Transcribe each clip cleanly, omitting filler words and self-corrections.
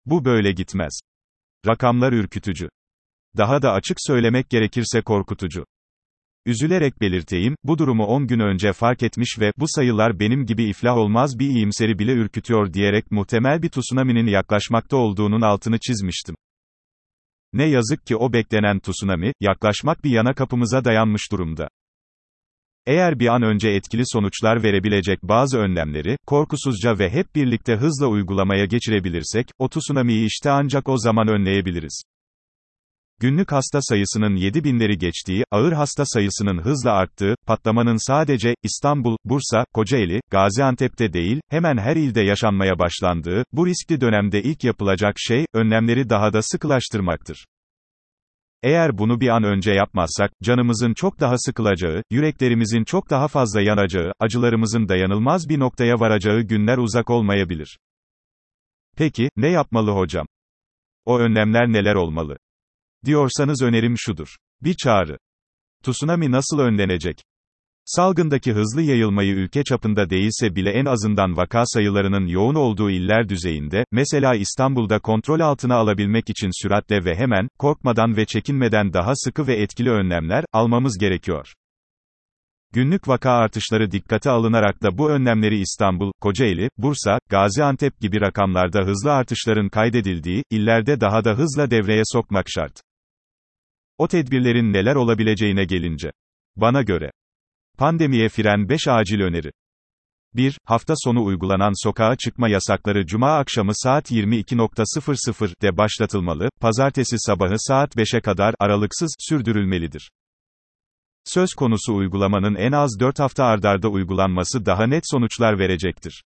Bu böyle gitmez. Rakamlar ürkütücü. Daha da açık söylemek gerekirse korkutucu. Üzülerek belirteyim, bu durumu 10 gün önce fark etmiş ve, bu sayılar benim gibi iflah olmaz bir iyimseri bile ürkütüyor diyerek muhtemel bir tsunami'nin yaklaşmakta olduğunun altını çizmiştim. Ne yazık ki o beklenen tsunami, yaklaşmak bir yana kapımıza dayanmış durumda. Eğer bir an önce etkili sonuçlar verebilecek bazı önlemleri, korkusuzca ve hep birlikte hızla uygulamaya geçirebilirsek, o tsunami'yi işte ancak o zaman önleyebiliriz. Günlük hasta sayısının 7.000'leri geçtiği, ağır hasta sayısının hızla arttığı, patlamanın sadece, İstanbul, Bursa, Kocaeli, Gaziantep'te değil, hemen her ilde yaşanmaya başlandığı, bu riskli dönemde ilk yapılacak şey, önlemleri daha da sıkılaştırmaktır. Eğer bunu bir an önce yapmazsak, canımızın çok daha sıkılacağı, yüreklerimizin çok daha fazla yanacağı, acılarımızın dayanılmaz bir noktaya varacağı günler uzak olmayabilir. Peki, ne yapmalı hocam? O önlemler neler olmalı? Diyorsanız önerim şudur. Bir çağrı. Tsunami nasıl önlenecek? Salgındaki hızlı yayılmayı ülke çapında değilse bile en azından vaka sayılarının yoğun olduğu iller düzeyinde, mesela İstanbul'da kontrol altına alabilmek için süratle ve hemen, korkmadan ve çekinmeden daha sıkı ve etkili önlemler almamız gerekiyor. Günlük vaka artışları dikkate alınarak da bu önlemleri İstanbul, Kocaeli, Bursa, Gaziantep gibi rakamlarda hızlı artışların kaydedildiği illerde daha da hızla devreye sokmak şart. O tedbirlerin neler olabileceğine gelince. Bana göre. Pandemiye fren 5 acil öneri. 1. Hafta sonu uygulanan sokağa çıkma yasakları Cuma akşamı saat 22.00'de başlatılmalı, Pazartesi sabahı saat 5'e kadar aralıksız sürdürülmelidir. Söz konusu uygulamanın en az 4 hafta ardarda uygulanması daha net sonuçlar verecektir.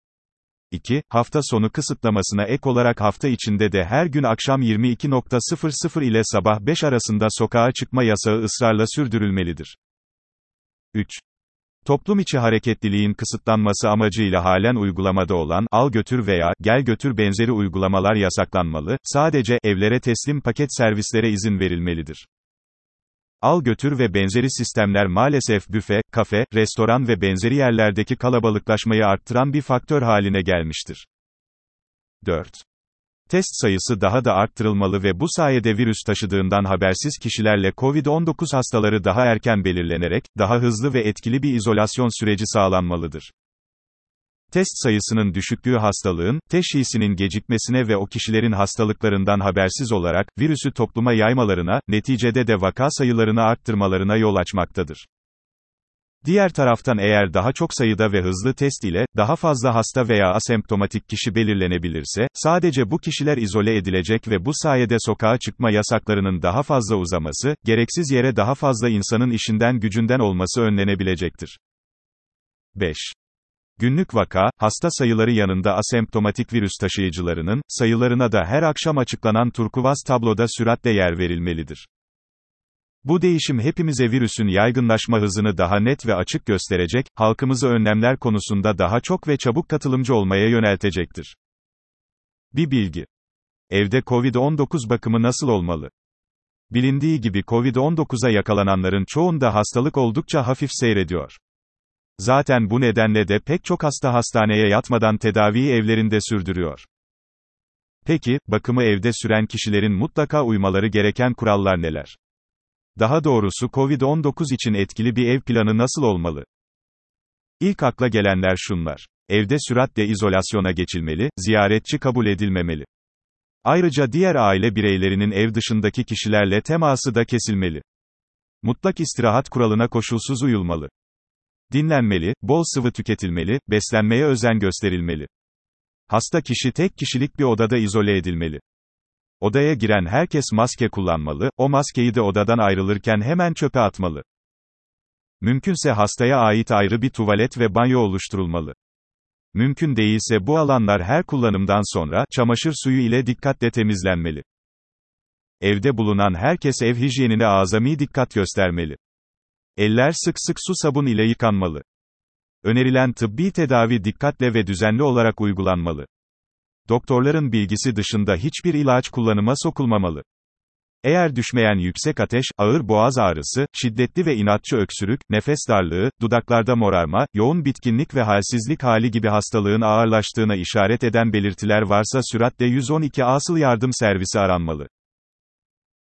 2. Hafta sonu kısıtlamasına ek olarak hafta içinde de her gün akşam 22.00 ile sabah 5 arasında sokağa çıkma yasağı ısrarla sürdürülmelidir. 3. Toplum içi hareketliliğin kısıtlanması amacıyla halen uygulamada olan, al götür veya, gel götür benzeri uygulamalar yasaklanmalı, sadece, evlere teslim paket servislere izin verilmelidir. Al götür ve benzeri sistemler maalesef büfe, kafe, restoran ve benzeri yerlerdeki kalabalıklaşmayı arttıran bir faktör haline gelmiştir. 4. Test sayısı daha da arttırılmalı ve bu sayede virüs taşıdığından habersiz kişilerle COVID-19 hastaları daha erken belirlenerek, daha hızlı ve etkili bir izolasyon süreci sağlanmalıdır. Test sayısının düşüklüğü hastalığın, teşhisinin gecikmesine ve o kişilerin hastalıklarından habersiz olarak, virüsü topluma yaymalarına, neticede de vaka sayılarını arttırmalarına yol açmaktadır. Diğer taraftan eğer daha çok sayıda ve hızlı test ile, daha fazla hasta veya asemptomatik kişi belirlenebilirse, sadece bu kişiler izole edilecek ve bu sayede sokağa çıkma yasaklarının daha fazla uzaması, gereksiz yere daha fazla insanın işinden gücünden olması önlenebilecektir. 5. Günlük vaka, hasta sayıları yanında asemptomatik virüs taşıyıcılarının, sayılarına da her akşam açıklanan turkuaz tabloda süratle yer verilmelidir. Bu değişim hepimize virüsün yaygınlaşma hızını daha net ve açık gösterecek, halkımızı önlemler konusunda daha çok ve çabuk katılımcı olmaya yöneltecektir. Bir bilgi. Evde COVID-19 bakımı nasıl olmalı? Bilindiği gibi COVID-19'a yakalananların çoğunda hastalık oldukça hafif seyrediyor. Zaten bu nedenle de pek çok hasta hastaneye yatmadan tedaviyi evlerinde sürdürüyor. Peki, bakımı evde süren kişilerin mutlaka uymaları gereken kurallar neler? Daha doğrusu COVID-19 için etkili bir ev planı nasıl olmalı? İlk akla gelenler şunlar. Evde süratle izolasyona geçilmeli, ziyaretçi kabul edilmemeli. Ayrıca diğer aile bireylerinin ev dışındaki kişilerle teması da kesilmeli. Mutlak istirahat kuralına koşulsuz uyulmalı. Dinlenmeli, bol sıvı tüketilmeli, beslenmeye özen gösterilmeli. Hasta kişi tek kişilik bir odada izole edilmeli. Odaya giren herkes maske kullanmalı, o maskeyi de odadan ayrılırken hemen çöpe atmalı. Mümkünse hastaya ait ayrı bir tuvalet ve banyo oluşturulmalı. Mümkün değilse bu alanlar her kullanımdan sonra, çamaşır suyu ile dikkatle temizlenmeli. Evde bulunan herkes ev hijyenine azami dikkat göstermeli. Eller sık sık su sabun ile yıkanmalı. Önerilen tıbbi tedavi dikkatle ve düzenli olarak uygulanmalı. Doktorların bilgisi dışında hiçbir ilaç kullanıma sokulmamalı. Eğer düşmeyen yüksek ateş, ağır boğaz ağrısı, şiddetli ve inatçı öksürük, nefes darlığı, dudaklarda morarma, yoğun bitkinlik ve halsizlik hali gibi hastalığın ağırlaştığına işaret eden belirtiler varsa süratle 112 acil yardım servisi aranmalı.